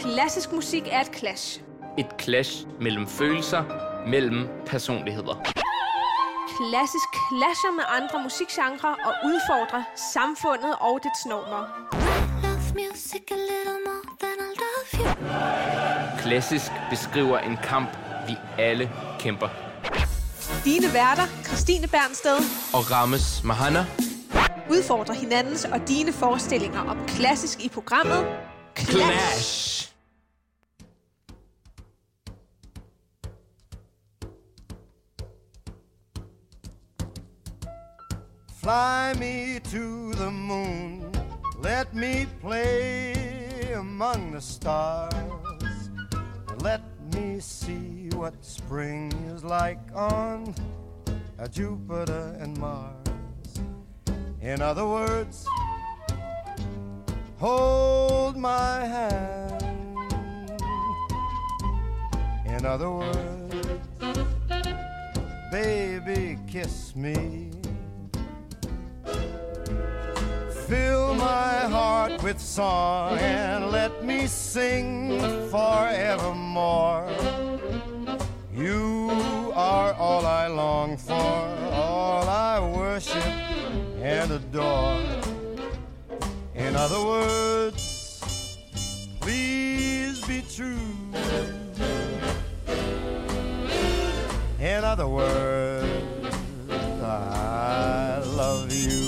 Klassisk musik er et clash. Et clash mellem følelser, mellem personligheder. Klassisk clasher med andre musikgenrer og udfordrer samfundet og dets normer. Klassisk beskriver en kamp, vi alle kæmper. Dine værter, Christine Bernsted og Rames Mahana, udfordrer hinandens og dine forestillinger om klassisk i programmet Clash. Fly me to the moon, let me play among the stars. Let me see what spring is like on Jupiter and Mars. In other words, hold my hand. In other words, baby, kiss me. Fill my heart with song and let me sing forevermore. You are all I long for, all I worship and adore. In other words, please be true. In other words, I love you.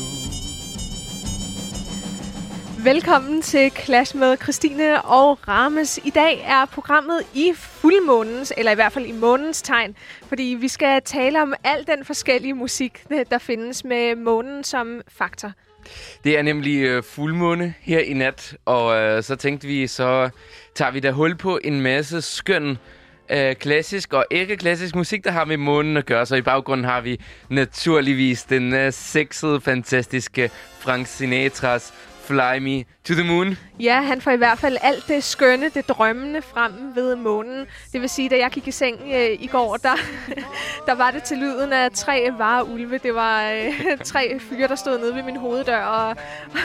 Velkommen til Clash med Christine og Rames. I dag er programmet i fuldmånens, eller i hvert fald i månens tegn, fordi vi skal tale om al den forskellige musik, der findes med månen som faktor. Det er nemlig fuldmåne her i nat, og så tænkte vi, så tager vi da hul på en masse skøn klassisk og ikke-klassisk musik, der har med månen at gøre. Så i baggrunden har vi naturligvis den sexede, fantastiske Frank Sinatras Fly Me to the Moon. Ja, han får i hvert fald alt det skønne, det drømmende frem ved månen. Det vil sige, da jeg gik i seng i går, der var det til lyden af 3 vareulve. Det var 3 fyre, der stod nede ved min hoveddør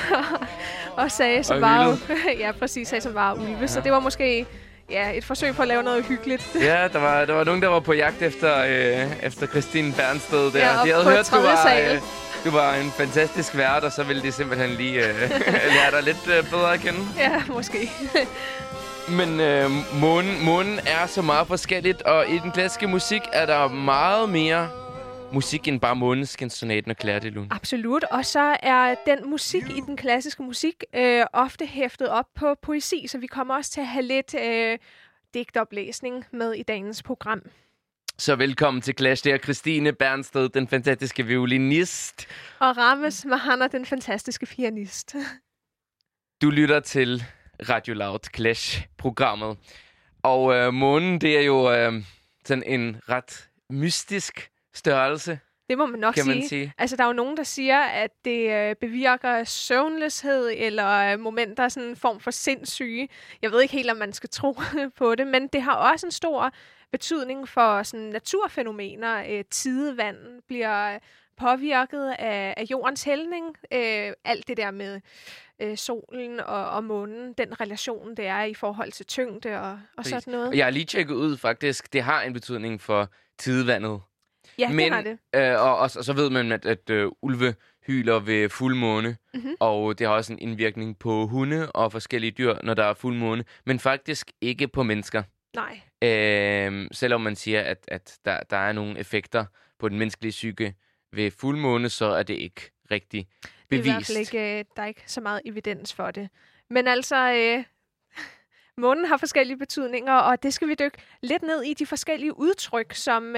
og sagde som ja, præcis, sagde som vareulve. Ja. Så det var måske et forsøg på at lave noget hyggeligt. Ja, der var nogen, der var på jagt efter Christine Bernsted der. Ja, de havde hørt, du var en fantastisk vært, og så ville de simpelthen lige lære dig lidt bedre at kende. Ja, måske. Men månen er så meget forskelligt, og i den klassiske musik er der meget mere musik end bare Måneskinsonaten og Clair de Lune. Absolut, og så er den musik i den klassiske musik ofte hæftet op på poesi, så vi kommer også til at have lidt digtoplæsning med i dagens program. Så velkommen til Clash. Det er Christine Bernsted, den fantastiske violinist. Og Rames Mahana, den fantastiske pianist. Du lytter til Radio Loud Clash-programmet. Og månen, det er jo sådan en ret mystisk størrelse. Det må man nok sige. Altså, der er jo nogen, der siger, at det bevirker søvnløshed eller momenter, sådan en form for sindssyge. Jeg ved ikke helt, om man skal tro på det, men det har også en stor betydning for sådan naturfænomener. Tidevand bliver påvirket af jordens hældning. Alt det der med solen og månen, den relation, det er i forhold til tyngde og sådan noget. Jeg har lige tjekket ud, faktisk. Det har en betydning for tidevandet. Ja, men, det har det. Og så ved man, at ulve hyler ved fuldmåne, og det har også en indvirkning på hunde og forskellige dyr, når der er fuldmåne, men faktisk ikke på mennesker. Nej. Selvom man siger, at der er nogle effekter på den menneskelige psyke ved fuldmåne, så er det ikke rigtig bevist. Det er i hvert fald ikke, der er ikke så meget evidens for det. Men altså, månen har forskellige betydninger, og det skal vi dykke lidt ned i, de forskellige udtryk, som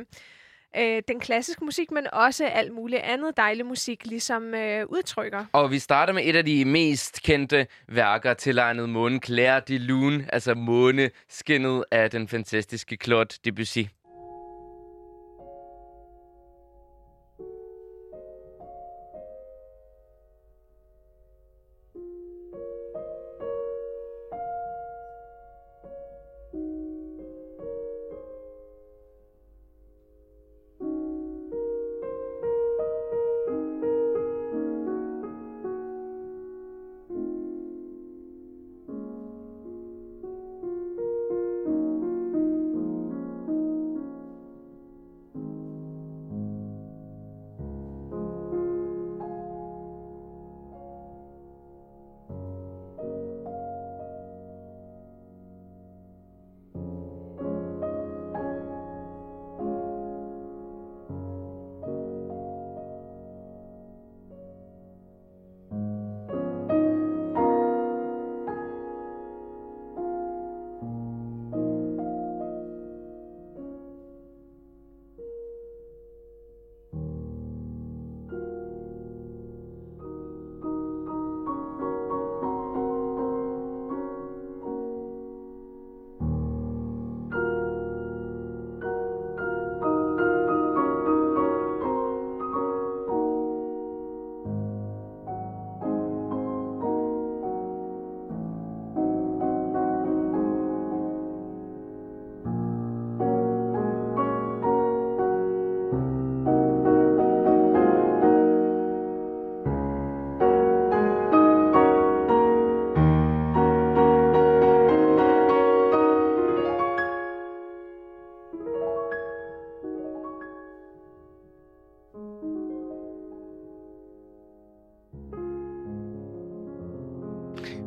den klassiske musik, men også alt muligt andet dejlig musik ligesom udtrykker. Og vi starter med et af de mest kendte værker tilegnet månen, Clair de Lune, altså måneskinnet af den fantastiske Claude Debussy.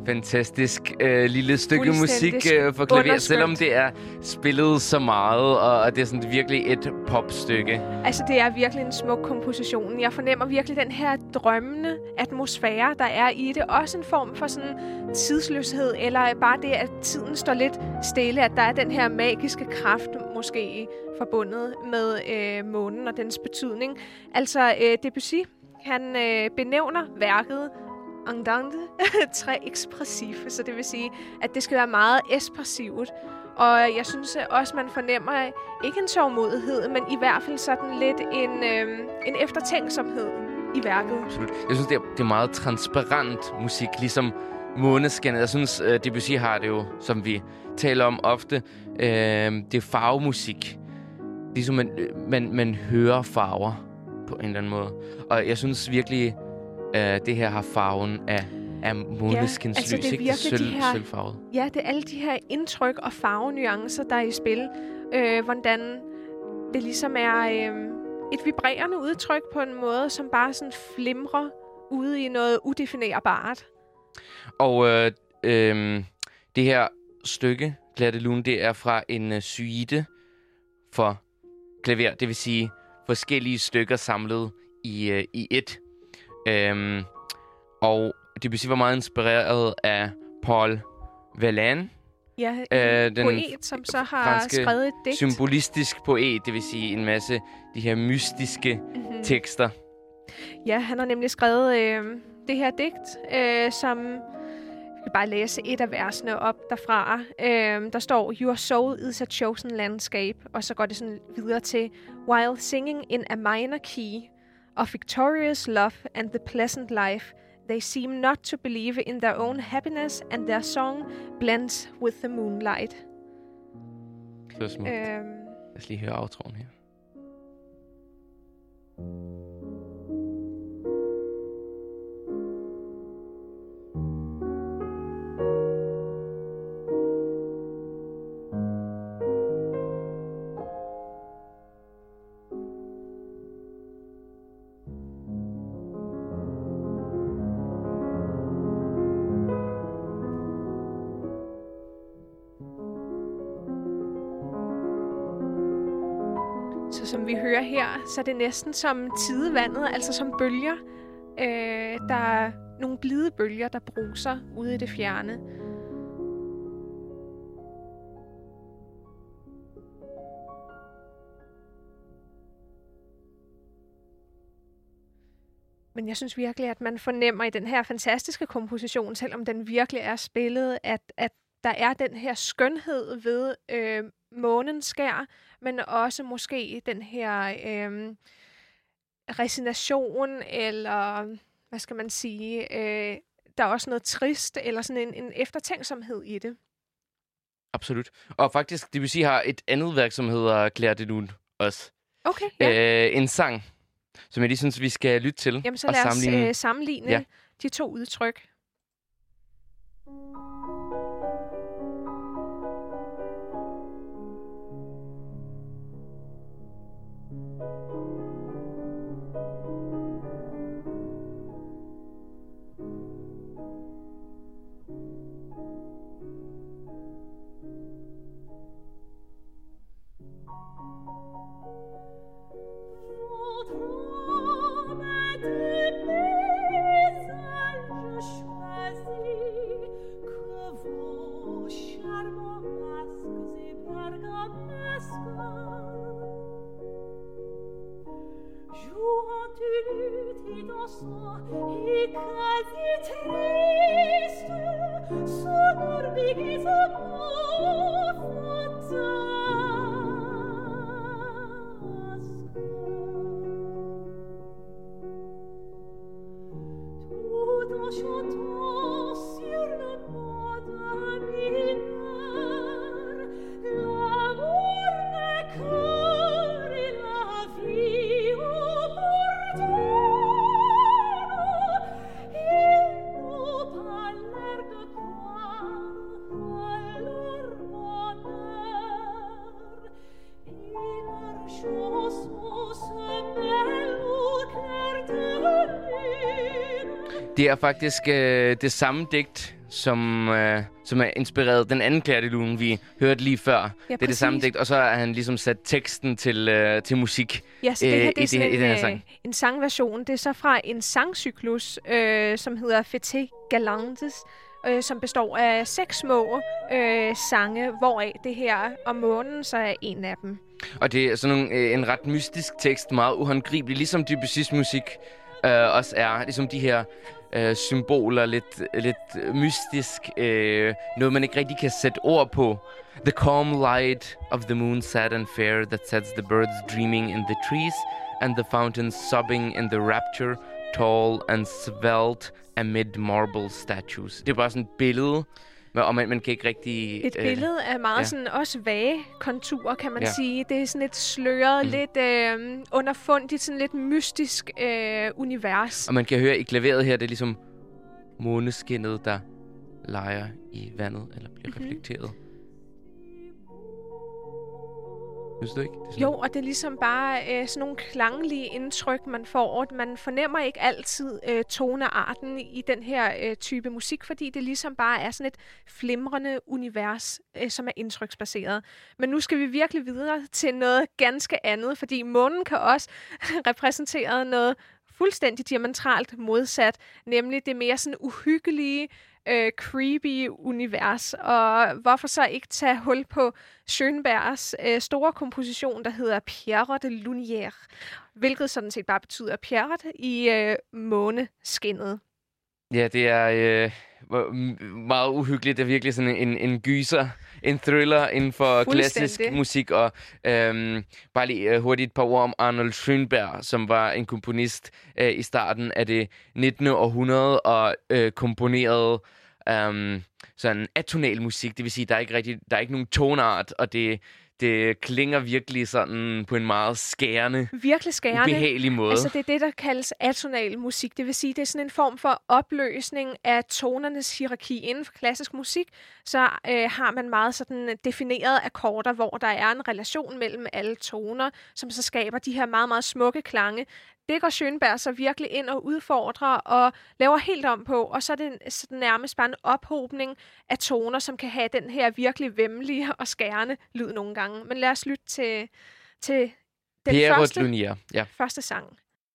fantastisk lille stykke musik for klaver, selvom det er spillet så meget, og det er sådan virkelig et popstykke. Altså, det er virkelig en smuk komposition. Jeg fornemmer virkelig den her drømmende atmosfære, der er i det. Også en form for sådan tidsløshed, eller bare det, at tiden står lidt stille, at der er den her magiske kraft, måske forbundet med månen og dens betydning. Altså, Debussy, han benævner værket andante très ekspressif, så det vil sige, at det skal være meget ekspressivt. Og jeg synes også, man fornemmer ikke en sørgmodighed, men i hvert fald sådan lidt en eftertænksomhed i værket. Absolut. Jeg synes, det er meget transparent musik, ligesom Måneskinnet. Jeg synes, Debussy har det jo, som vi taler om ofte, det er farvemusik. Ligesom man hører farver på en eller anden måde. Og jeg synes virkelig, det her har farven af måneskins lys, det er ikke? Det er sølvfarvet. Ja, det er alle de her indtryk og farvenuancer, der er i spil. Hvordan det ligesom er et vibrerende udtryk på en måde, som bare sådan flimrer ude i noget udefinerbart. Og det her stykke, Clair de Lune, det er fra en suite for klaver. Det vil sige forskellige stykker samlet i et. Og Debussy var meget inspireret af Paul Verlaine. Ja, den poet, som så har skrevet et digt. Symbolistisk poet, det vil sige en masse de her mystiske tekster. Ja, han har nemlig skrevet det her digt, som... Jeg vil bare læse et af versene op derfra. Der står, Your soul is a chosen landscape. Og så går det sådan videre til, While singing in a minor key of victorious love and the pleasant life, they seem not to believe in their own happiness, and their song blends with the moonlight. Så smukt. Lad os lige høre outroen her. Som vi hører her, så er det næsten som tidevandet, altså som bølger. Der er nogle blide bølger, der bruser ude i det fjerne. Men jeg synes virkelig, at man fornemmer i den her fantastiske komposition, selvom den virkelig er spillet, at der er den her skønhed ved månens skær, men også måske den her resignation, eller hvad skal man sige, der er også noget trist, eller sådan en eftertænksomhed i det. Absolut. Og faktisk, Debussy har et andet værk, som hedder Clair de Lune også. Okay, ja. En sang, som jeg lige synes, vi skal lytte til. Jamen, så lad os sammenligne de to udtryk. Det er faktisk det samme digt, som er inspireret den anden Clair de Lune, vi hørte lige før. Ja, det er det samme digt, og så har han ligesom sat teksten til musik. Ja, så det her, det er den her sang. En sangversion. Det er så fra en sangcyklus, som hedder Fêtes Galantes, som består af 6 små sange, hvoraf det her om månen så er en af dem. Og det er sådan en ret mystisk tekst, meget uhåndgribelig, ligesom Debussy's musik også er. Ligesom de her symboler, lidt mystisk, noget man ikke rigtig kan sætte ord på. The calm light of the moon sad and fair that sets the birds dreaming in the trees and the fountains sobbing in the rapture, tall and svelte amid marble statues. Det er bare sådan et billede, og man kan ikke rigtig... Et billede af meget sådan også vage konturer, kan man sige. Det er sådan et sløret, lidt underfundigt, sådan lidt mystisk univers. Og man kan høre i klaveret her, det er ligesom måneskinnet, der leger i vandet, eller bliver reflekteret. Synes du ikke? Jo, og det er ligesom bare sådan nogle klanglige indtryk, man får. Man fornemmer ikke altid tonearten i den her type musik, fordi det ligesom bare er sådan et flimrende univers, som er indtryksbaseret. Men nu skal vi virkelig videre til noget ganske andet, fordi månen kan også repræsentere noget fuldstændig diametralt modsat, nemlig det mere sådan uhyggelige, creepy univers. Og hvorfor så ikke tage hul på Schönbergs store komposition, der hedder Pierrot de Lumière, hvilket sådan set bare betyder Pierrot i måneskinnet. Ja, det er meget uhyggeligt. Det er virkelig sådan en gyser, en thriller inden for klassisk musik. Og bare lige hurtigt et par ord om Arnold Schönberg, som var en komponist i starten af det 19. århundrede og komponerede sådan atonal musik. Det vil sige, der er ikke nogen tonart, og det klinger virkelig sådan på en meget skærende, ubehagelig måde. Altså det er det, der kaldes atonal musik. Det vil sige, det er sådan en form for opløsning af tonernes hierarki. Inden for klassisk musik, så har man meget sådan definerede akkorder, hvor der er en relation mellem alle toner, som så skaber de her meget, meget smukke klange. Det går Schönberg så virkelig ind og udfordrer og laver helt om på, og så er det sådan nærmest bare en ophobning af toner, som kan have den her virkelig væmmelige og skærende lyd nogle gange. Men lad os lytte til den første sang.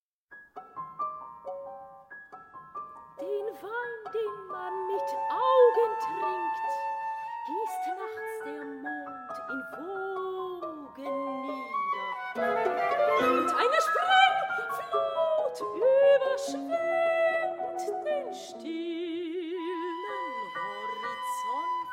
Den Wein, den man mit Augen trinkt, gießt nachts der Mond in Wogen nieder. Und eine Sprengflut überschwemmt den stillen Horizont.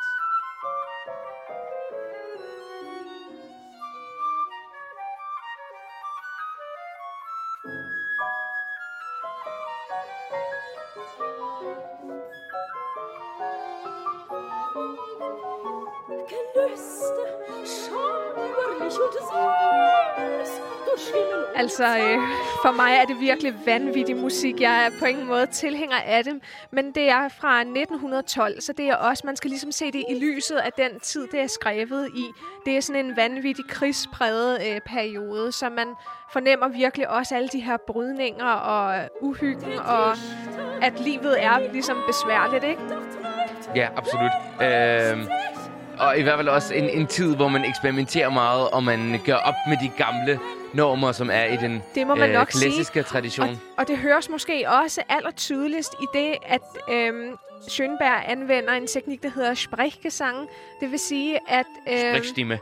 Gelüste, schauerlich und süß. Altså, for mig er det virkelig vanvittig musik. Jeg er på ingen måde tilhænger af det, men det er fra 1912, så det er også, man skal ligesom se det i lyset af den tid, det er skrevet i. Det er sådan en vanvittig krigspræget periode, så man fornemmer virkelig også alle de her brydninger og uhyggen, og at livet er ligesom besværligt, ikke? Ja, absolut. Og i hvert fald også en tid, hvor man eksperimenterer meget, og man gør op med de gamle normer, som er i den klassiske tradition. Og det høres måske også allertydeligst i det, at Schönberg anvender en teknik, der hedder Sprechgesang. Det vil sige, at... Sprechstimme.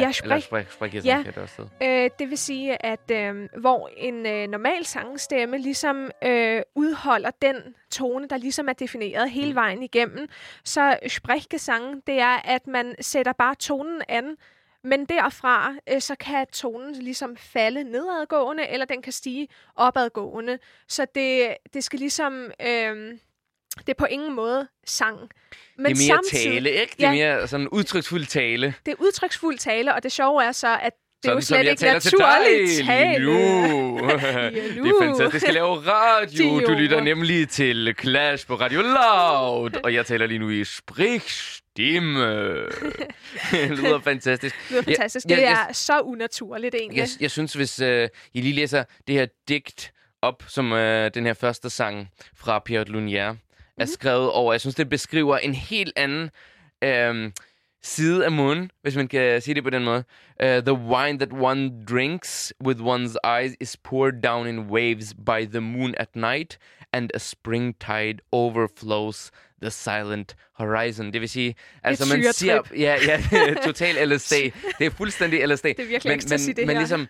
Det vil sige, at hvor en normal sangstemme ligesom udholder den tone, der ligesom er defineret hele vejen igennem, så Sprechgesang, det er, at man sætter bare tonen an, men derfra så kan tonen ligesom falde nedadgående, eller den kan stige opadgående. Så det skal ligesom... det er på ingen måde sang. Men det er mere tale, ikke? Det er mere sådan udtryksfuld tale. Det er udtryksfuld tale, og det sjove er så, at det er jo slet ikke naturligt tale. Det er fantastisk at lave radio. Du lytter nemlig til Clash på Radio Loud, og jeg taler lige nu i Sprechstimme. Det lyder fantastisk. Det er så unaturligt egentlig. Jeg synes, hvis I lige læser det her digt op, som den her første sang fra Pierrot Lumière, er skrevet over. Jeg synes, det beskriver en helt anden side af månen, hvis man kan sige det på den måde. The wine that one drinks with one's eyes is poured down in waves by the moon at night, and a spring tide overflows the silent horizon. Det vil sige, altså man ser... Ja, total LSD. Det er fuldstændig LSD. Det er virkelig ecstasy, det her. Ligesom,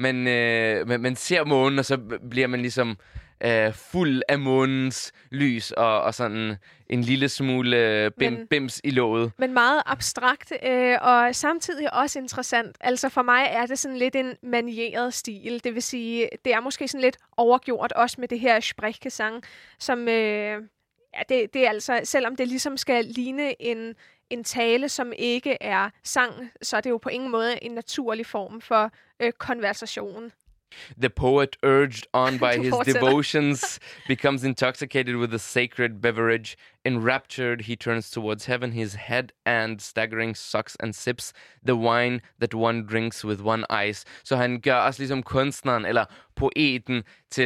man ser månen, og så bliver man ligesom fuld af månens lys, og sådan en lille smule bims i låget. Men meget abstrakt, og samtidig også interessant. Altså for mig er det sådan lidt en manieret stil. Det vil sige, det er måske sådan lidt overgjort, også med det her Sprechgesang, som... det er altså, selvom det ligesom skal ligne en tale, som ikke er sang, så er det jo på ingen måde en naturlig form for konversation. The poet, urged on by his devotions, becomes intoxicated with the sacred beverage. Enraptured, he turns towards heaven, his head and staggering sucks and sips the wine that one drinks with one eyes. Så han gør også ligesom kunstneren eller poeten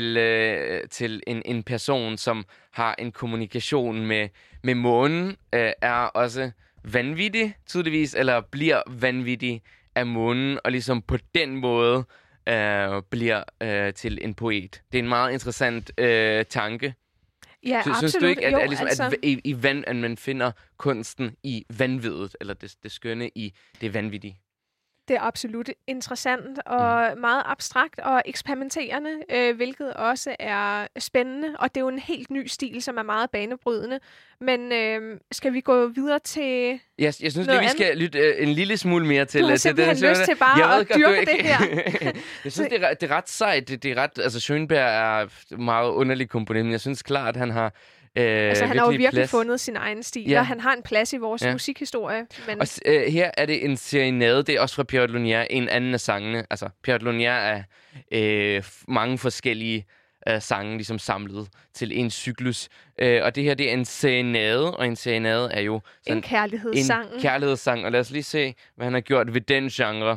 til en person, som har en kommunikation med månen, er også vanvittig, tydeligvis, eller bliver vanvittig af månen, og ligesom på den måde bliver til en poet. Det er en meget interessant tanke. Ja, absolut. Synes du ikke, at man finder kunsten i vanviddet, eller det skønne i det vanvittige? Det er absolut interessant og meget abstrakt og eksperimenterende, hvilket også er spændende. Og det er jo en helt ny stil, som er meget banebrydende. Men skal vi gå videre til jeg synes lige, vi skal lytte en lille smule mere til. Du har simpelthen lyst til bare at dyrke det her. Jeg synes, det er ret sejt. Det er ret, altså Schönberg er meget underlig komponent, men jeg synes klart, at han har han har jo virkelig fundet sin egen stil, og han har en plads i vores musikhistorie. Men... Og her er det en serenade, det er også fra Pierre de Lumière, en anden af sangene. Altså, Pierre de Lumière er mange forskellige sange ligesom samlet til en cyklus. Og det her, det er en serenade, og en serenade er jo sådan en kærlighedssang. En kærlighedssang, og lad os lige se, hvad han har gjort ved den genre.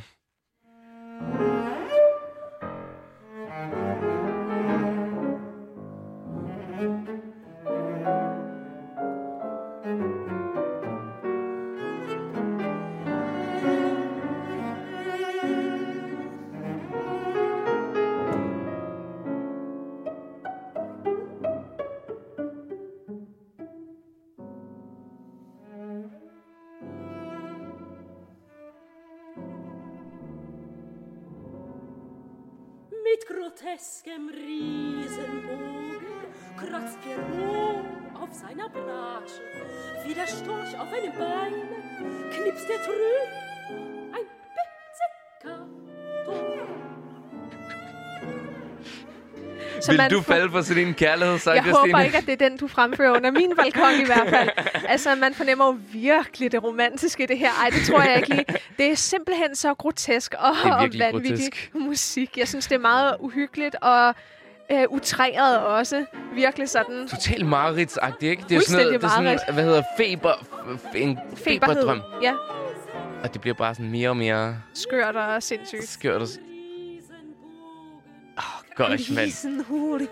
Groteskem Riesenbogen kratzt Pierrot auf seiner Bratsche. Wie der Storch auf einem Beine knipst der Trüb ein Pizzicato. Vil du falde for sådan en kærlighedssang, Jeg Christine? håber ikke, at det er den, du fremfører under min balkon i hvert fald. Altså, man fornemmer jo virkelig det romantiske i det her. Ej, det tror jeg ikke lige. Det er simpelthen så grotesk og vanvittig musik. Jeg synes, det er meget uhyggeligt og utræret også. Virkelig sådan... Totalt mareridtsagtigt, ikke? Det er sådan noget, det er sådan, hvad hedder feberdrøm. Ja. Og det bliver bare sådan mere og mere... Skørt og sindssygt. Skørt og... Gosh, mand.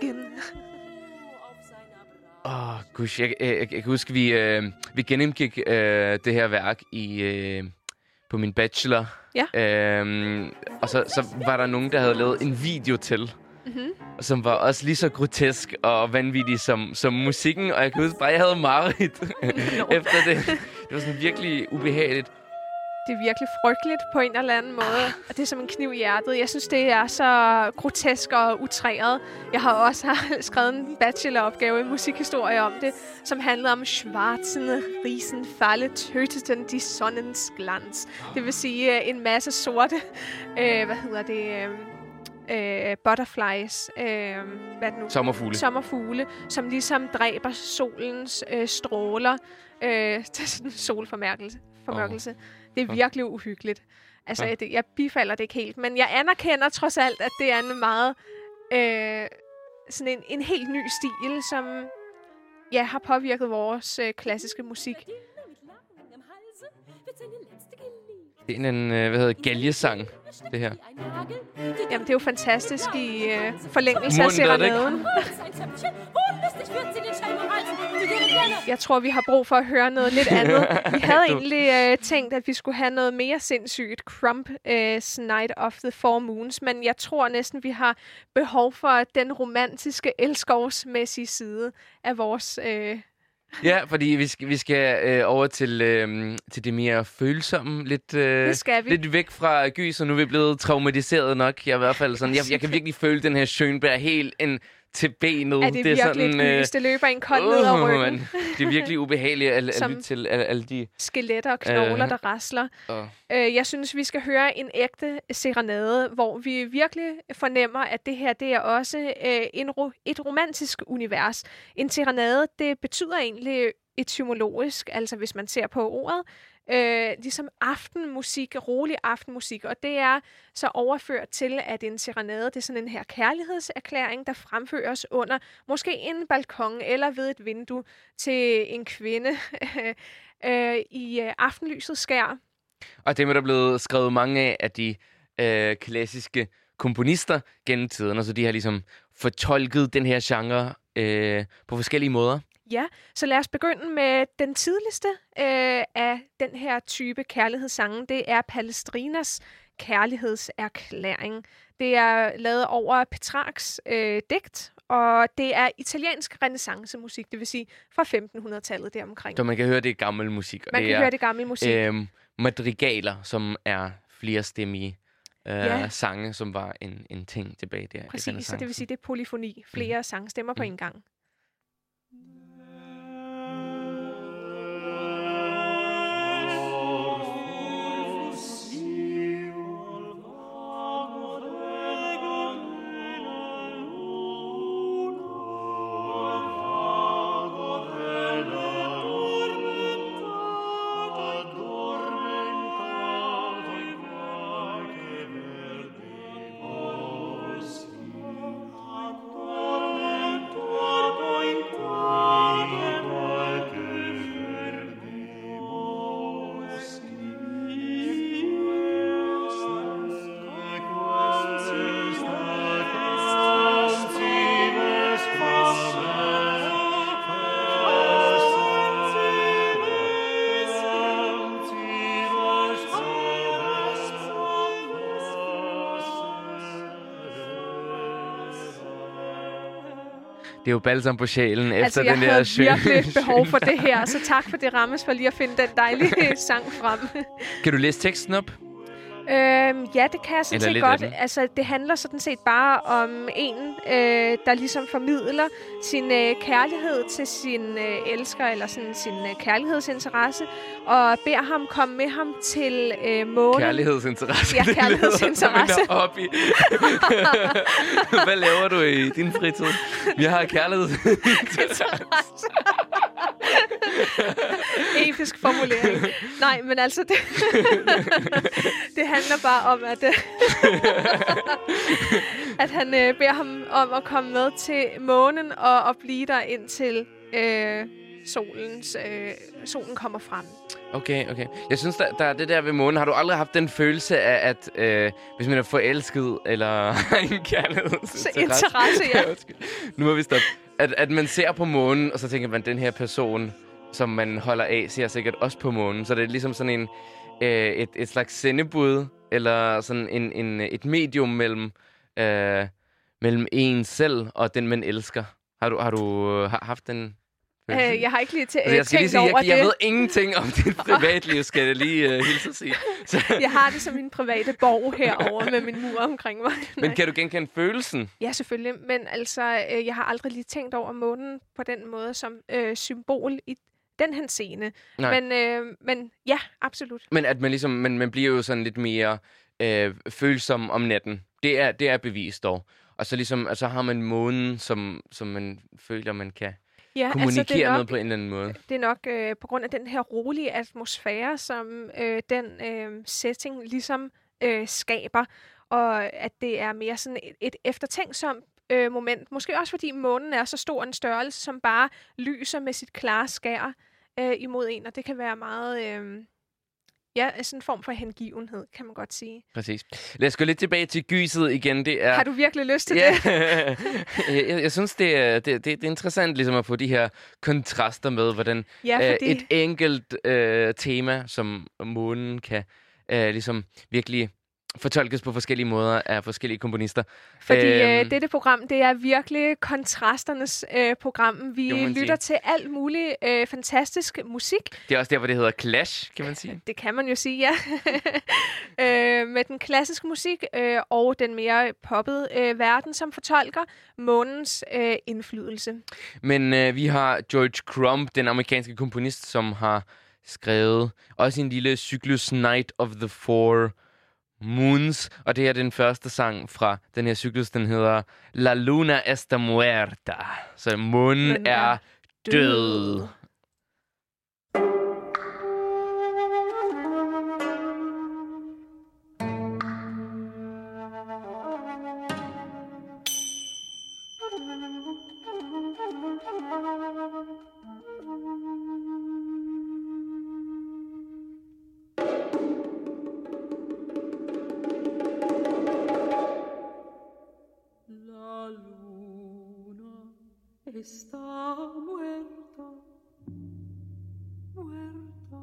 Gush, jeg kan huske, vi gennemgik det her værk på min bachelor. Ja. Og så var der nogen, der havde lavet en video til, som var også lige så grotesk og vanvittig som musikken. Og jeg kan huske bare, jeg havde mareridt efter det. Det var sådan virkelig ubehageligt. Det er virkelig frygteligt på en eller anden måde, og det er som en kniv i hjertet. Jeg synes, det er så grotesk og utræret. Jeg har også skrevet en bacheloropgave i musikhistorie om det, som handlede om schwarzen Riesenfalle töteten die Sonnensglanz. Det vil sige en masse sorte, butterflies, hvad det nu? Sommerfugle, som ligesom dræber solens stråler til sådan en solformærkelse. Det er virkelig uhyggeligt. Altså, jeg bifalder det ikke helt, men jeg anerkender trods alt, at det er en meget sådan en helt ny stil, som har påvirket vores klassiske musik. Det er en, galjesang, det her. Jamen, det er jo fantastisk i forlængelse af serenaden. Jeg tror, vi har brug for at høre noget lidt andet. Vi havde egentlig tænkt, at vi skulle have noget mere sindssygt. Crump's Night of the Four Moons. Men jeg tror næsten, vi har behov for den romantiske, elskovsmæssige side af vores... Ja, fordi vi skal over til det mere følsomme, lidt væk fra gys, og nu er vi blevet traumatiseret nok. Jeg i hvert fald sådan, jeg kan virkelig føle den her Schönberg helt til benet. Er det virkelig sådan, et gys, det løber en kold ned ad ryggen? Det er virkelig ubehageligt at lytte til alle de... skeletter og knogler, der rasler. Jeg synes, vi skal høre en ægte serenade, hvor vi virkelig fornemmer, at det her det er også et romantisk univers. En serenade, det betyder egentlig etymologisk, altså hvis man ser på ordet, ligesom aftenmusik, rolig aftenmusik, og det er så overført til, at en serenade, det er sådan en her kærlighedserklæring, der fremføres under måske en balkon eller ved et vindue til en kvinde i aftenlysets skær. Og dem er der blevet skrevet mange af de klassiske komponister gennem tiden, og så de har ligesom fortolket den her genre på forskellige måder. Ja, så lad os begynde med den tidligste af den her type kærlighedssange. Det er Palestrinas kærlighedserklæring. Det er lavet over Petrarks digt, og det er italiensk renæssancemusik, det vil sige fra 1500-tallet deromkring. Så man kan høre, det er gammel musik. Man kan høre det gammel musik. Madrigaler, som er flerstemmige sange, som var en ting tilbage der. Præcis, så det vil sige, det er polyfoni. Flere sangstemmer på en gang. Det er jo balsam på sjælen efter den der jeg havde virkelig behov for det her, så tak for det, Rammes, for lige at finde den dejlige sang frem. Kan du læse teksten op? Ja, det kan jeg sådan set godt. Altså, det handler sådan set bare om en, der ligesom formidler sin kærlighed til sin elsker, eller sådan sin kærlighedsinteresse, og beder ham komme med ham til månen. Kærlighedsinteresse? Ja, kærlighedsinteresse. Hvad laver du i din fritid? Jeg har kærlighedsinteresse. Episk formulering. Nej, men altså, det handler bare om, at han beder ham om at komme med til månen og blive der indtil solen kommer frem. Okay. Jeg synes, der er det der ved månen. Har du aldrig haft den følelse af, at hvis man er forelsket, eller en kærlighedsinteresse? Ja. Nu må vi stoppe. At man ser på månen, og så tænker man, den her person, som man holder af, ser sikkert også på månen. Så det er ligesom sådan et slags sendebud, eller sådan et medium mellem en selv og den, man elsker. Har du haft den følelse? Jeg har ikke lige tænkt over det. Jeg ved ingenting om dit privatliv, skal jeg lige hilse at sige. Jeg har det som min private borg herovre med min mur omkring mig. Men kan du genkende følelsen? Ja, selvfølgelig. Men altså, jeg har aldrig lige tænkt over månen på den måde som symbol i den henseende. Men ja, absolut. Men at man ligesom, man bliver jo sådan lidt mere følsom om natten. Det er bevist dog. Og så ligesom, altså har man månen, som man føler, man kan kommunikere med på en eller anden måde. Det er nok på grund af den her rolige atmosfære, som den setting ligesom skaber. Og at det er mere sådan et eftertænksomt moment. Måske også fordi månen er så stor en størrelse, som bare lyser med sit klare skær imod en, og det kan være meget Ja, sådan en form for hengivenhed, kan man godt sige. Præcis. Lad os gå lidt tilbage til gyset igen. Det er... Har du virkelig lyst til ja. det? jeg synes, det er interessant ligesom at få de her kontraster med, hvordan et enkelt tema, som månen kan ligesom virkelig fortolkes på forskellige måder af forskellige komponister. Fordi dette program, det er virkelig kontrasternes program. Vi lytter til alt muligt fantastisk musik. Det er også der, hvor det hedder Clash, kan man sige. Det kan man jo sige, ja. Med den klassiske musik og den mere poppede verden, som fortolker månens indflydelse. Men vi har George Crumb, den amerikanske komponist, som har skrevet også en lille cyklus Night of the Four Moons, og det er den første sang fra den her cyklus, den hedder La Luna está muerta. Så månen er død. Está muerta, muerta.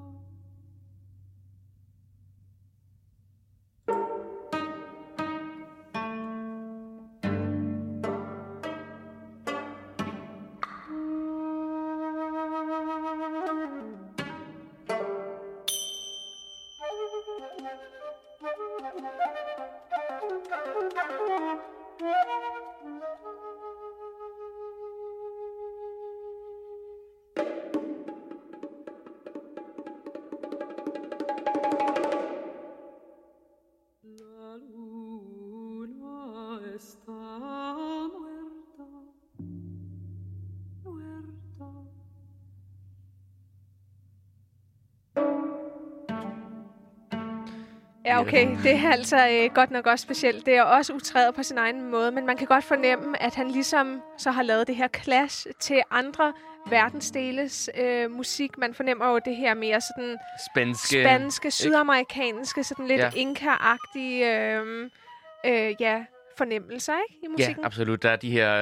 Ja, okay. Det er altså godt nok også specielt. Det er også utræet på sin egen måde, men man kan godt fornemme, at han ligesom så har lavet det her clash til andre verdensdeles musik. Man fornemmer jo det her mere sådan spanske, sydamerikanske, sådan lidt inka-agtige fornemmelser, ikke, i musikken? Ja, absolut. Der er de her...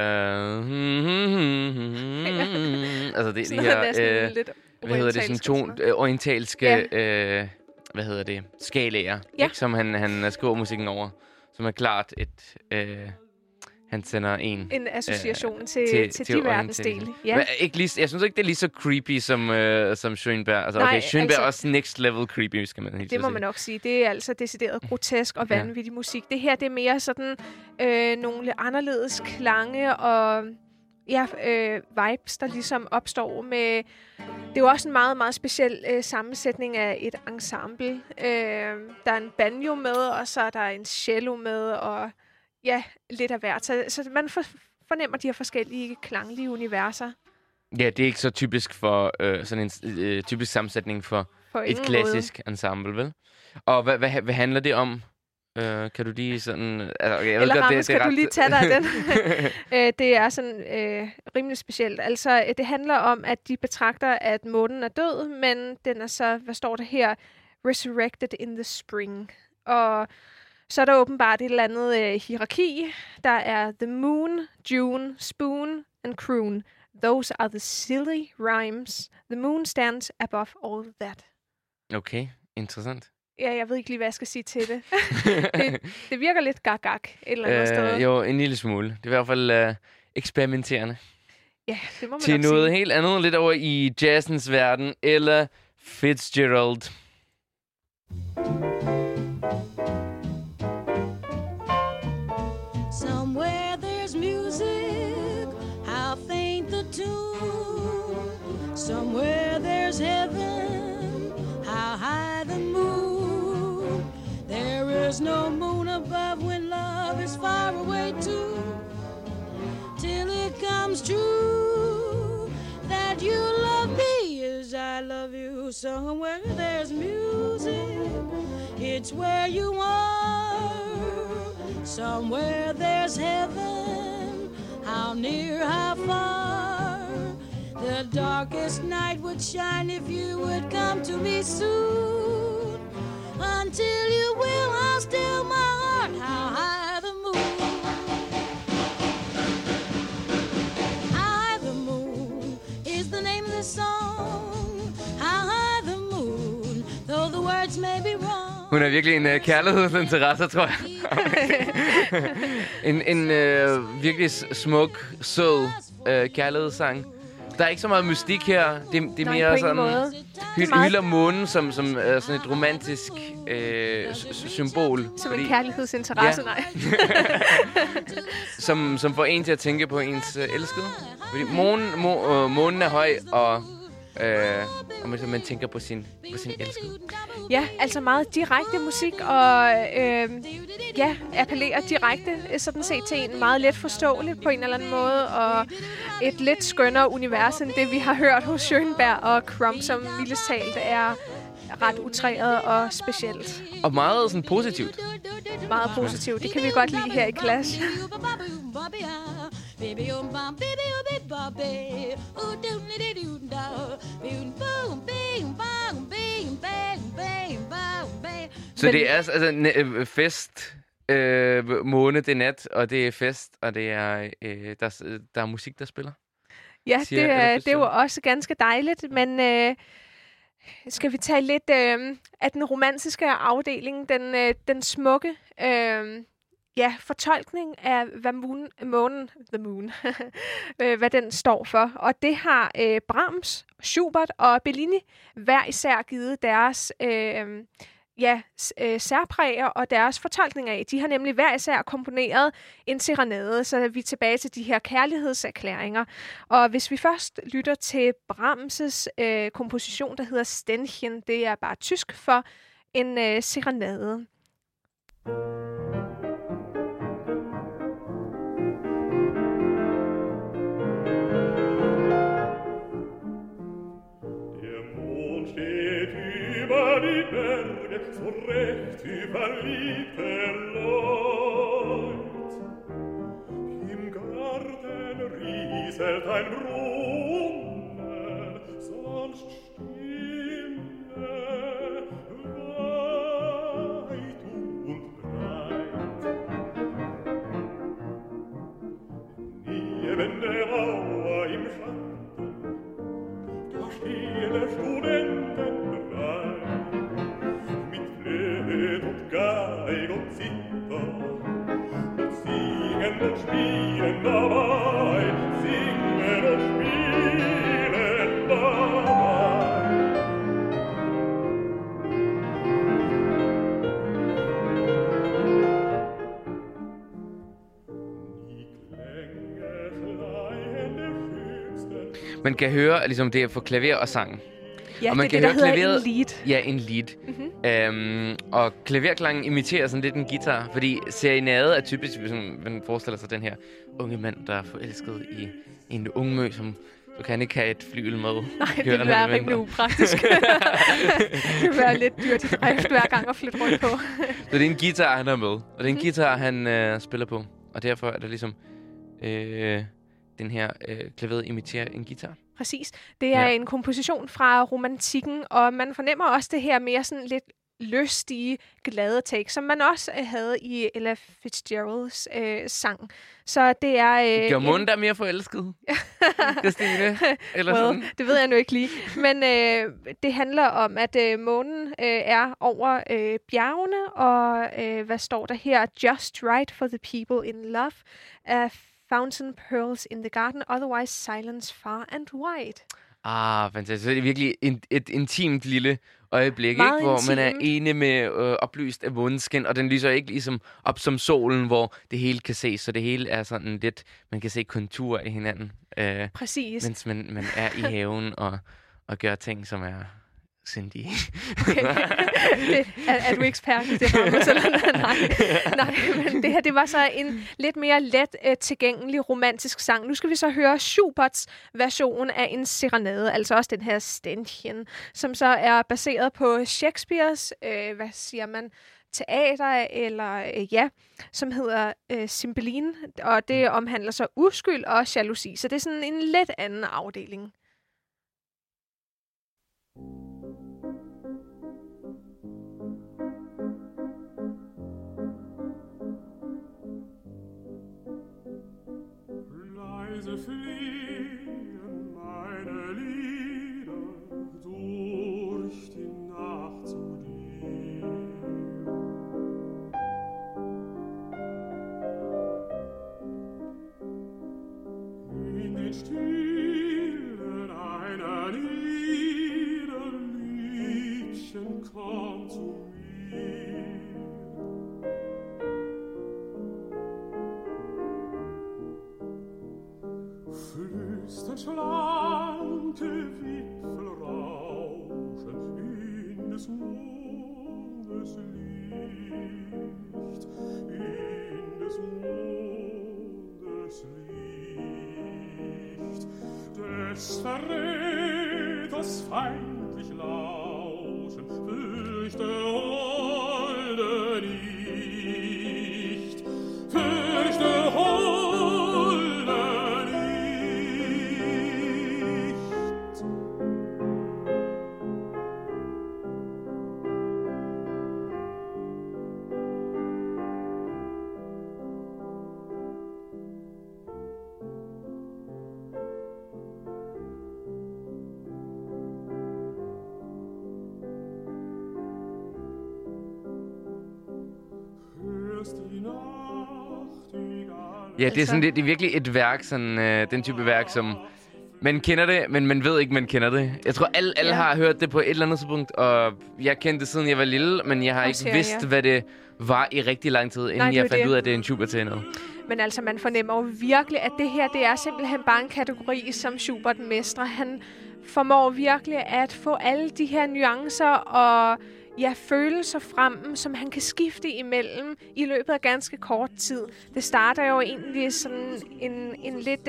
altså det, de her... hvad hedder det? Sådan orientalske... skalaer, ikke? Som han skriver musikken over. Som er klart han sender en association til de verdensdele. Ja. Jeg synes ikke, det er lige så creepy som Schönberg. Altså, nej, Schönberg er også next level creepy, skal man helt det må man nok sige. Det er altså decideret grotesk og vanvittig musik. Det her, det er mere sådan nogle anderledes klange og vibes, der ligesom opstår med... Det er jo også en meget, meget speciel sammensætning af et ensemble. Der er en banjo med, og så er der en cello med, og lidt af hvert. Så man fornemmer de her forskellige klanglige universer. Ja, det er ikke så typisk for sådan en typisk sammensætning for et klassisk ensemble, vel? Og hvad handler det om? Kan du lige sådan... Eller Rammes, kan du lige tage dig af den? Det er sådan rimelig specielt. Altså, det handler om, at de betragter, at månen er død, men den er så, hvad står der her? Resurrected in the spring. Og så er der åbenbart et eller andet hierarki. Der er the moon, June, spoon and croon. Those are the silly rhymes. The moon stands above all that. Okay, interessant. Ja, jeg ved ikke lige, hvad jeg skal sige til det. det virker lidt gag-gag et eller andet sted. Jo, en lille smule. Det er i hvert fald eksperimenterende. Ja, det må man til nok noget sige. Helt andet, lidt over i jazzens verden, eller Fitzgerald. Somewhere there's music, how faint the tune. Somewhere there's heaven, how high the moon. There is no moon above when love is far away too. Till it comes true that you love me as I love you. Somewhere there's music, it's where you are. Somewhere there's heaven, how near, how far. The darkest night would shine if you would come to me soon. Until you will, I'll still my heart. How high the moon. High the moon is the name of the song. How high the moon, though the words may be wrong. Hun er virkelig en kærlighedsinteresse, tror jeg. en virkelig smuk, sød kærlighedssang. Der er ikke så meget mystik her. Det er mere sådan... Hylder månen som sådan et romantisk symbol. Som en kærlighedsinteresse, ja. Nej. som får en til at tænke på ens elskede. Fordi månen er høj, og man tænker på sin elskede. Ja, altså meget direkte musik, og appellerer direkte sådan set til en meget let forståelig på en eller anden måde, og et lidt skønnere univers end det, vi har hørt hos Schönberg og Crumb, som mildest talt er ret utræret og specielt. Og meget sådan positivt. Meget positivt. Det kan vi godt lide her i Clash. Så det er altså fest, måne, det er nat, og det er fest, og det er der er musik, der spiller. Ja, det er jo også ganske dejligt, men skal vi tage lidt af den romantiske afdeling, den smukke fortolkning af, hvad månen, hvad den står for. Og det har Brahms, Schubert og Bellini hver især givet deres særpræger og deres fortolkning af. De har nemlig hver især komponeret en serenade, så er vi tilbage til de her kærlighedserklæringer. Og hvis vi først lytter til Brahms' komposition, der hedder Ständchen, det er bare tysk for en serenade. So recht überliebte Leut. Im Garten rieselt ein Brunnen, sonst Stille, weit und breit. Neben der Mauer im Schatten, da stille Studenten und Geig und Zither und singen und spielen dabei, singen und spielen dabei. Die Klänge schleien der schönsten. Man kan høre, ligesom det er for klaver og sang. Ja, og man det kan der høre hedder klaveret, en lead. Ja, en lead. Mm-hmm. Og klaverklangen imiterer sådan lidt en guitar, fordi serenade er typisk, hvis man forestiller sig den her unge mand, der er forelsket i en ungmø, som du kan ikke have et flyvel med. Nej, det vil være rimelig upraktisk. Det vil være lidt dyrt i drift hver gang at flytte rundt på. Så det er en guitar, han er med. Og det er en guitar, han spiller på. Og derfor er det ligesom den her klaveret imiterer en guitar. Præcis. Det er en komposition fra romantikken, og man fornemmer også det her mere sådan lidt lystige, glade take, som man også havde i Ella Fitzgeralds sang. Så det er... Gør månen der mere forelsket? Christine? Eller sådan? Det ved jeg nu ikke lige. Men det handler om, at månen er over bjergene, og hvad står der her? Just right for the people in love. Fountain pearls in the garden, otherwise silence far and wide. Fantastisk. Så det er virkelig et intimt lille øjeblik, ikke? Hvor man er ene med oplyst af måneskin, og den lyser ikke ligesom op som solen, hvor det hele kan ses, så det hele er sådan lidt, man kan se konturer i hinanden. Præcis. Mens man er i haven og gør ting, som er sindige. Okay. Er du ekspert i det, Ramos, eller nej, men det her, det var så en lidt mere let tilgængelig romantisk sang. Nu skal vi så høre Schuberts version af en serenade, altså også den her Ständchen, som så er baseret på Shakespeares, teater, eller som hedder Cymbeline, og det omhandler så uskyld og jalousi, så det er sådan en lidt anden afdeling. Des Verräters feindlich lauschen, fürchte Holde nicht, fürchte Holde nicht. Ja, det er sådan det er virkelig et værk, sådan den type værk, som man kender det, men man ved ikke, man kender det. Jeg tror, alle har hørt det på et eller andet tidspunkt, og jeg kendte det siden jeg var lille, men jeg har ikke vidst, hvad det var i rigtig lang tid, inden jeg fandt ud af, at det er en Schubert til noget. Men altså, man fornemmer jo virkelig, at det her, det er simpelthen bare en kategori, som Schubert mestrer. Han formår virkelig at få alle de her nuancer og følelser frem, som han kan skifte imellem i løbet af ganske kort tid. Det starter jo egentlig sådan en lidt,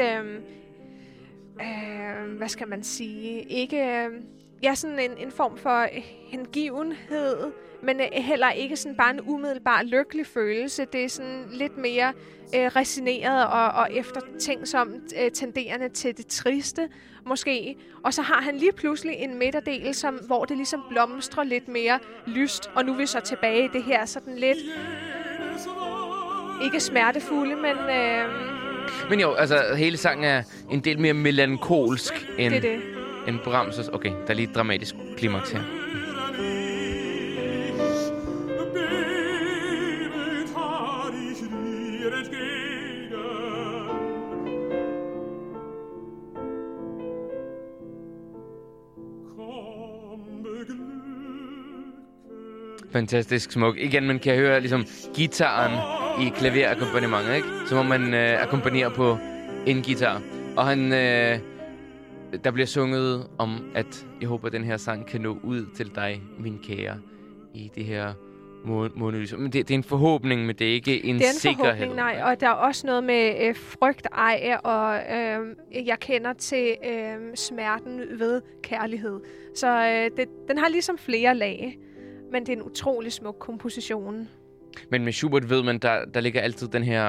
hvad skal man sige, ikke, sådan en form for hengivenhed, men heller ikke sådan bare en umiddelbar lykkelig følelse. Det er sådan lidt mere resigneret og eftertænksomt tenderende til det triste, måske. Og så har han lige pludselig en midterdel, hvor det ligesom blomstrer lidt mere lyst. Og nu er vi så tilbage i det her sådan lidt, ikke smertefulde, men... Men jo, altså hele sangen er en del mere melankolsk end Brahms'. Okay, der er lige et dramatisk klimaks her. Fantastisk smuk. Igen, man kan høre ligesom gitaren i klaverakkompagnementet, ikke? Som om man akkompagnerer på en guitar. Og han, der bliver sunget om, at jeg håber, at den her sang kan nå ud til dig, min kære, i det her månelys. Men det er en forhåbning, men det er ikke en sikkerhed. Nej, og der er også noget med frygt, og jeg kender til smerten ved kærlighed. Så den har ligesom flere lag. Men det er en utrolig smuk komposition. Men med Schubert ved man, der ligger altid den her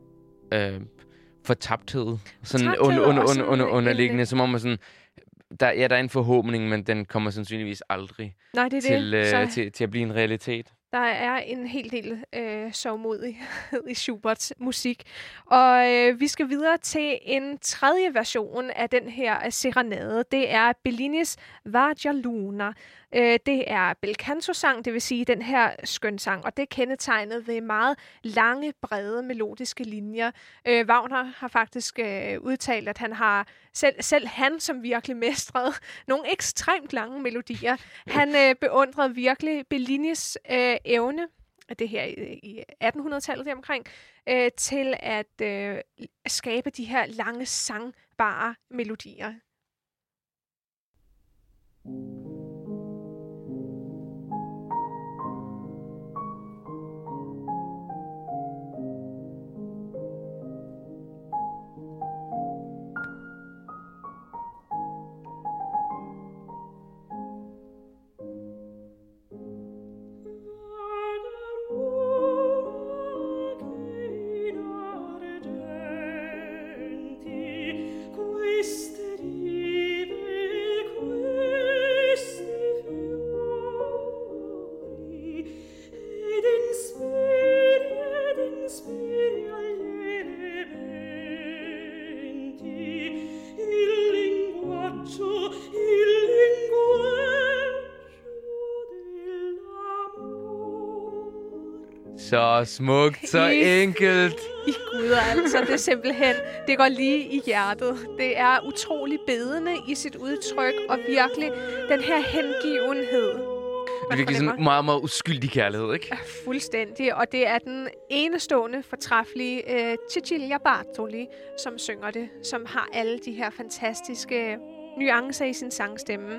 fortabthed. Sådan underliggende, som om man sådan... Der er en forhåbning, men den kommer sandsynligvis aldrig til at blive en realitet. Der er en hel del sørgmodighed i Schuberts musik. Og vi skal videre til en tredje version af den her serenade. Det er Bellinis Vargia Luna. Det er bel canto-sang, det vil sige den her skønsang, og det er kendetegnet ved meget lange, brede, melodiske linjer. Wagner har faktisk udtalt, at han har selv han, som virkelig mestrede nogle ekstremt lange melodier. Han beundrede virkelig Bellinis evne, det her i 1800-tallet deromkring, til at skabe de her lange, sangbare melodier. Queste rive, Så smukt, så enkelt. I guder, altså. Det er simpelthen, det går lige i hjertet. Det er utrolig bedende i sit udtryk, og virkelig den her hengivenhed. Det er virkelig sådan en meget, meget uskyldig kærlighed, ikke? Ja, fuldstændig. Og det er den enestående, fortræffelige Cecilia Bartoli, som synger det, som har alle de her fantastiske nuancer i sin sangstemme.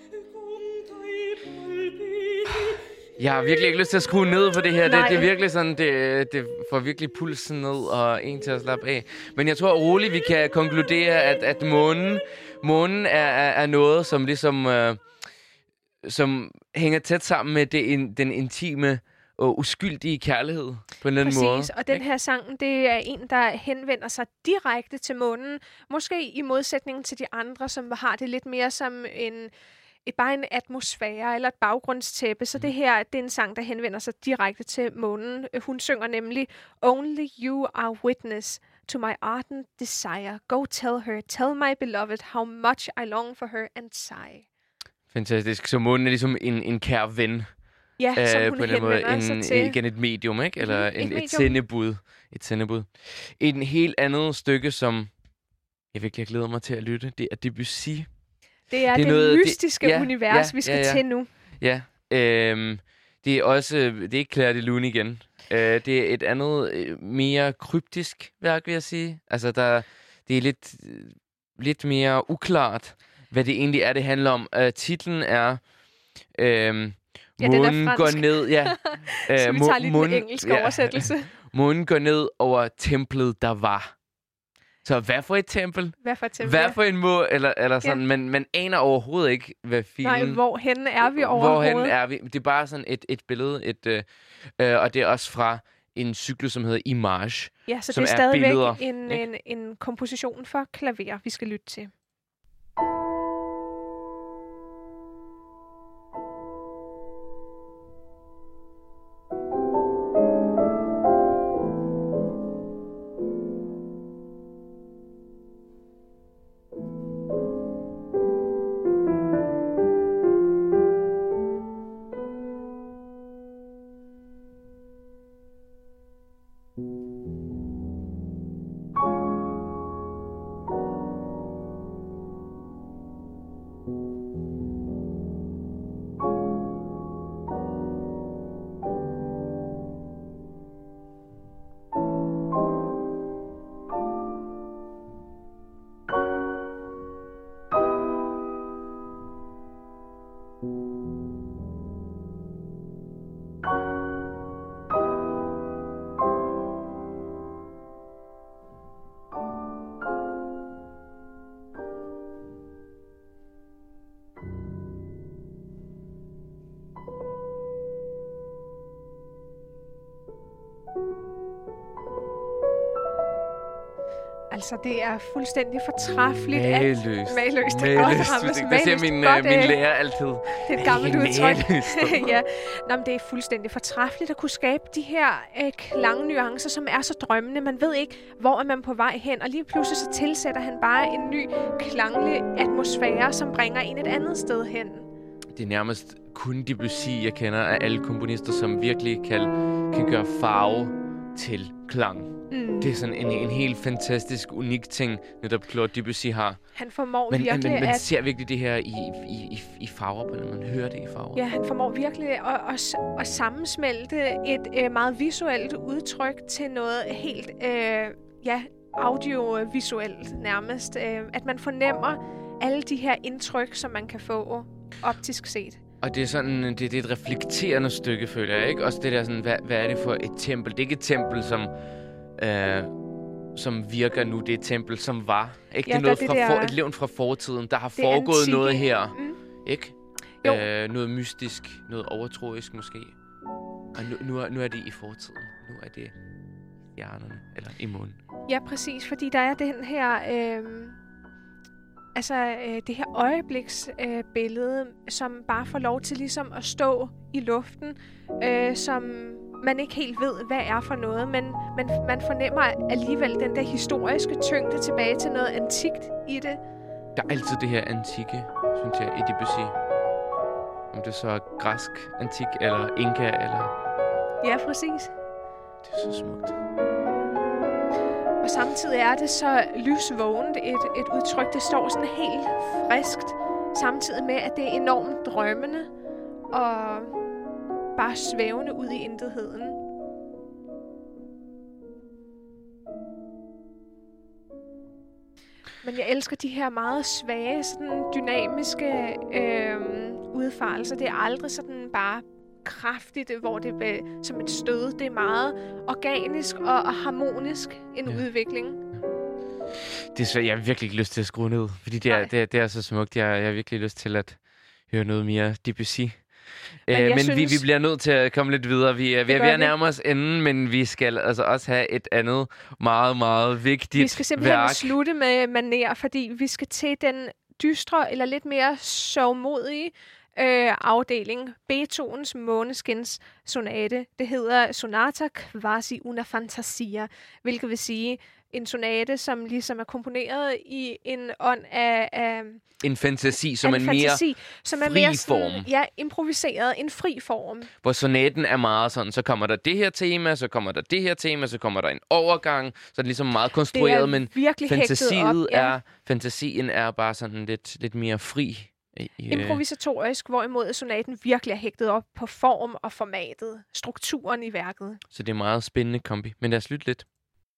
Jeg har virkelig ikke lyst til at skrue ned på det her. Det er virkelig sådan, det får virkelig pulsen ned og en til at slappe af. Men jeg tror roligt, vi kan konkludere, at månen er noget, som ligesom som hænger tæt sammen med den intime og uskyldige kærlighed på en eller anden måde. Præcis, og den her sang, det er en, der henvender sig direkte til månen. Måske i modsætning til de andre, som har det lidt mere som bare en atmosfære eller et baggrundstæppe. Så det her, det er en sang, der henvender sig direkte til månen. Hun synger nemlig Only you are witness to my ardent desire. Go tell her, tell my beloved how much I long for her and sigh. Fantastisk. Så månen er ligesom en kær ven. Ja, som hun på en henvender sig til. Igen et medium, ikke? Eller et sendebud. Et sendebud. Et helt andet stykke, som jeg virkelig glæder mig til at lytte, det er Debussy. Det er det mystiske univers, vi skal til nu. Ja, det er også, det er ikke Clair de Lune igen. Det er et andet, mere kryptisk værk, vil jeg sige. Altså, det er lidt mere uklart, hvad det egentlig er, det handler om. Titlen er Månen går ned. Ja, så vi tager lige den engelske oversættelse. Månen går ned over templet, der var. Så hvad for et tempel? Hvad for en eller sådan, men man aner overhovedet ikke, hvad filmen... Nej, hvorhenne er vi overhovedet? Hvorhenne er vi? Det er bare sådan et billede, og det er også fra en cyklus, som hedder Image. Ja, så det er stadigvæk en komposition for klaver, vi skal lytte til. Altså, det er fuldstændig fortræffeligt. Mageløst. Mageløst. Det er godt, Rammes. Det siger min lærer altid. Det er et gammelt udtryk. Ja. Nå, men det er fuldstændig fortræffeligt at kunne skabe de her klangnuancer, som er så drømmende. Man ved ikke, hvor er man på vej hen. Og lige pludselig så tilsætter han bare en ny klanglig atmosfære, som bringer en et andet sted hen. Det er nærmest kun Debussy, jeg kender af alle komponister, som virkelig kan gøre farve til klang. Det er sådan en helt fantastisk, unik ting, netop Claude Debussy har. Han formår virkelig man ser virkelig det her i farver, på man hører det i farver. Ja, han formår virkelig at sammensmelte et meget visuelt udtryk til noget helt audiovisuelt nærmest. At man fornemmer alle de her indtryk, som man kan få optisk set. Og det er sådan, det er et reflekterende stykke, føler jeg, ikke? Også det der sådan, hvad er det for et tempel? Det er ikke et tempel, som virker nu. Det er et tempel, som var. Ikke? Ja, det er noget et levn fra fortiden. Der har foregået antikke. Noget her. Ikke? Noget mystisk, noget overtroisk måske. Og nu er det i fortiden. Nu er det stjernerne, eller i månen. Ja, præcis. Fordi der er den her... det her øjebliksbillede, som bare får lov til ligesom at stå i luften, som man ikke helt ved, hvad er for noget, men man fornemmer alligevel den der historiske tyngde tilbage til noget antikt i det. Der er altid det her antikke, synes jeg, i Debussy. Om det så er græsk antik, eller inka, eller... Ja, præcis. Det er så smukt. Og samtidig er det så lysvågent et udtryk. Det står sådan helt friskt, samtidig med, at det er enormt drømmende og bare svævende ud i intetheden. Men jeg elsker de her meget svage, sådan dynamiske udfarelser. Det er aldrig sådan bare kraftigt, hvor det er som et stød. Det er meget organisk og harmonisk en udvikling. Det er så, jeg har virkelig ikke lyst til at skrue ned, fordi det er så smukt. Jeg har virkelig lyst til at høre noget mere Debussy. Men vi bliver nødt til at komme lidt videre. Vi er ved at nærme os enden, men vi skal altså også have et andet meget, meget vigtigt værk. Vi skal simpelthen slutte med maner, fordi vi skal til den dystre eller lidt mere sørgmodige afdeling. Beethovens Måneskins sonate. Det hedder Sonata quasi una fantasia, hvilket vil sige en sonate, som ligesom er komponeret i en ånd af en fantasi, som er mere fri form. Ja, improviseret, en fri form. Hvor sonaten er meget sådan, så kommer der det her tema, så kommer der det her tema, så kommer der en overgang, så er det ligesom meget konstrueret, men fantasien er bare sådan lidt mere fri. Improvisatorisk, hvorimod sonaten virkelig er hægtet op på form og formatet, strukturen i værket. Så det er meget spændende kombi, men lad os lytte lidt.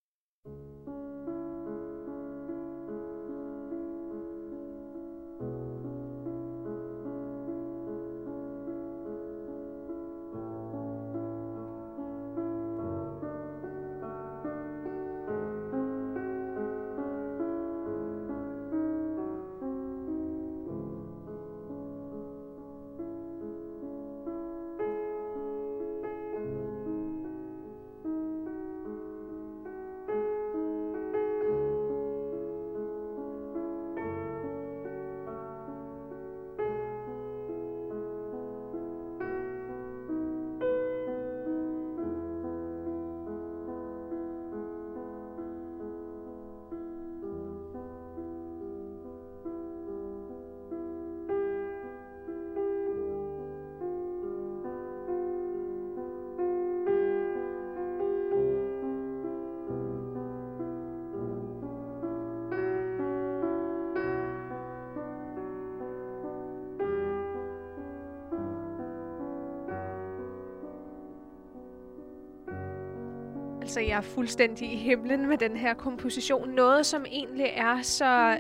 Altså, jeg er fuldstændig i himlen med den her komposition. Noget, som egentlig er så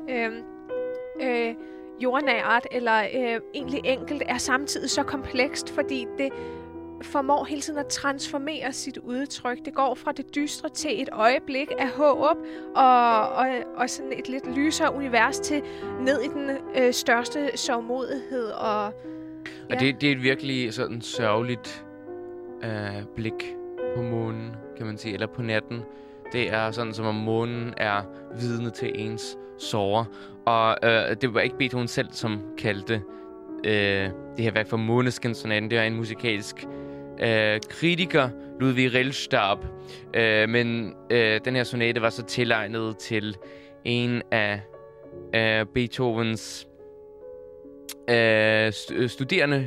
jordnært eller egentlig enkelt, er samtidig så komplekst, fordi det formår hele tiden at transformere sit udtryk. Det går fra det dystre til et øjeblik af håb og sådan et lidt lysere univers til ned i den største sørgmodighed. Og det er et virkelig sådan sørgeligt blik på månen, kan man sige, eller på natten. Det er sådan, som om månen er vidne til ens sorger. Og det var ikke Beethoven selv, som kaldte det her værk for Måneskinsonaten. Det er en musikalsk kritiker, Ludwig Rellstab. Men den her sonate var så tilegnet til en af Beethovens studerende,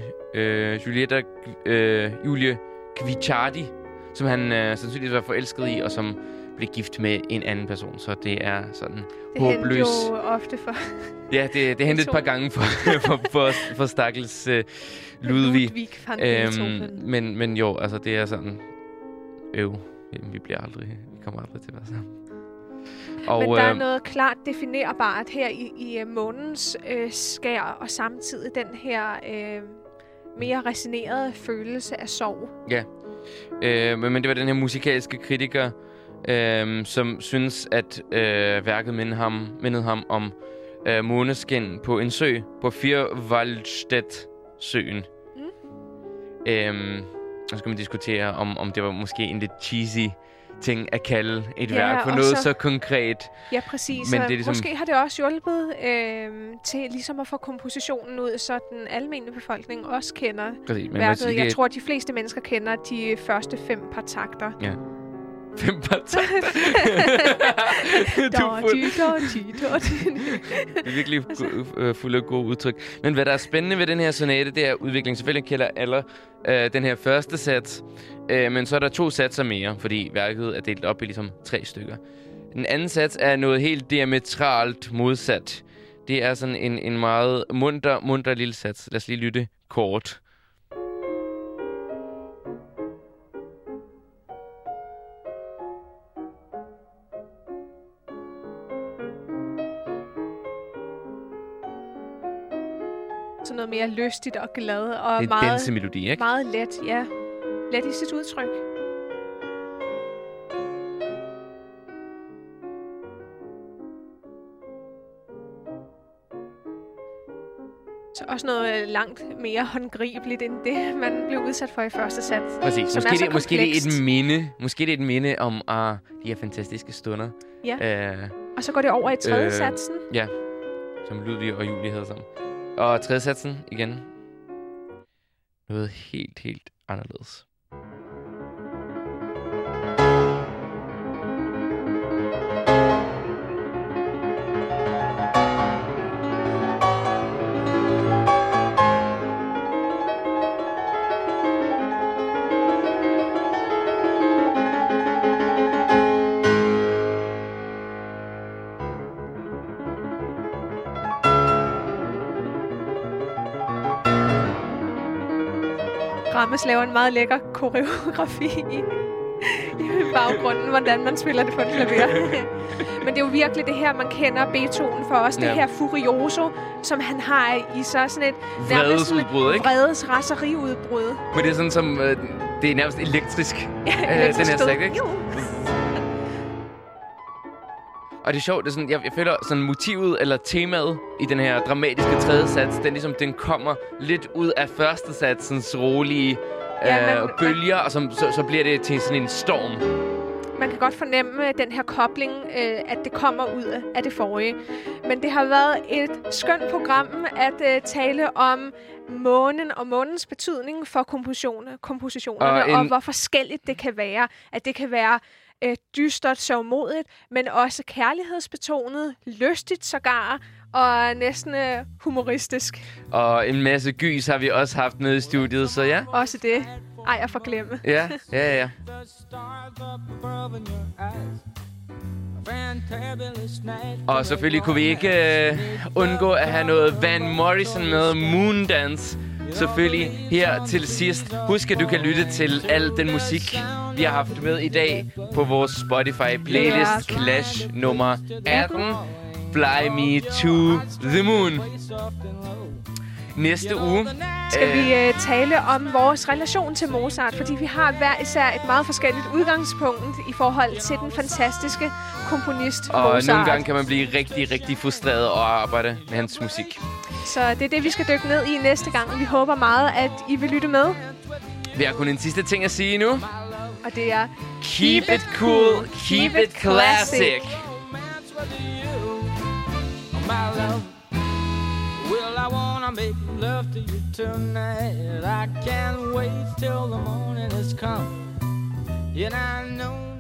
Julie Guicciardi, som han sandsynligvis var forelsket i, og som blev gift med en anden person. Så det er sådan håbløs. Det henter jo ofte for... Ja, det hentede et par gange for stakkels Ludwig. Men jo, altså det er sådan... vi kommer aldrig til at være sammen. Og, men der er noget klart definerbart her i månens skær, og samtidig den her mere resinerede følelse af sorg. Ja, men det var den her musikalske kritiker, som synes, at værket mindede ham om måneskin på en sø på Vierwaldstätt-søen. Så skal man diskutere, om det var måske en lidt cheesy ting at kalde et værk for noget så konkret. Ja, præcis. Men det er ligesom... Måske har det også hjulpet til ligesom at få kompositionen ud, så den almindelige befolkning også kender værket. Jeg tror, at de fleste mennesker kender de første 5 par takter. Ja. 5 par takter. Det er virkelig fuld af gode udtryk. Men hvad der er spændende ved den her sonate, det er udvikling. Selvfølgelig kalder alle den her første sats. Men så er der 2 satser mere, fordi værket er delt op i ligesom 3 stykker. Den anden sats er noget helt diametralt modsat. Det er sådan en meget munter lille sats. Lad os lige lytte kort. Så noget mere lystigt og glad og det er meget dansemelodi, ikke? Meget let, ja. Let i sit udtryk. Så også noget langt mere håndgribeligt end det, man blev udsat for i første sats. Præcis. Måske det er et minde. Måske det er et minde om de her fantastiske stunder. Ja. Og så går det over i tredje satsen. Ja, som Ludvig og Julie havde sammen. Og tredje satsen igen. Noget helt anderledes. Rammes laver en meget lækker koreografi i baggrunden, hvordan man spiller det på et klaver. Men det er jo virkelig det her, man kender Beethoven for os. Det her furioso, som han har i sig. Sådan et vredesudbrud, ikke? Vredes raseriudbrud. Men det er sådan som... det er nærmest elektrisk. Elektrisk den her sag, ikke? Og det er sjovt, det er sådan, jeg føler sådan motivet eller temaet i den her dramatiske tredje sats, den kommer lidt ud af første satsens rolige bølger, og så bliver det til sådan en storm. Man kan godt fornemme den her kobling, at det kommer ud af det forrige. Men det har været et skønt program at tale om månen og månens betydning for kompositionerne, og hvor forskelligt det kan være. At det kan være dystert, sørgmodigt, men også kærlighedsbetonet, lystigt sågar, og næsten humoristisk. Og en masse gys har vi også haft med i studiet, så ja. Også det. Ej, jeg får glemme. Ja. Og selvfølgelig kunne vi ikke undgå at have noget Van Morrison med, Moondance. Selvfølgelig her til sidst. Husk, at du kan lytte til al den musik, vi har haft med i dag på vores Spotify-playlist Clash nummer 18. Fly Me to the Moon. Næste uge skal vi tale om vores relation til Mozart, fordi vi har hver især et meget forskelligt udgangspunkt i forhold til den fantastiske komponist og Mozart. Og nogle gange kan man blive rigtig, rigtig frustreret over at arbejde med hans musik. Så det er det, vi skal dykke ned i næste gang. Vi håber meget, at I vil lytte med. Vi har kun en sidste ting at sige nu. Og det er Keep it cool, keep it classic. I wanna make love to you tonight. I can't wait till the morning has come. And I know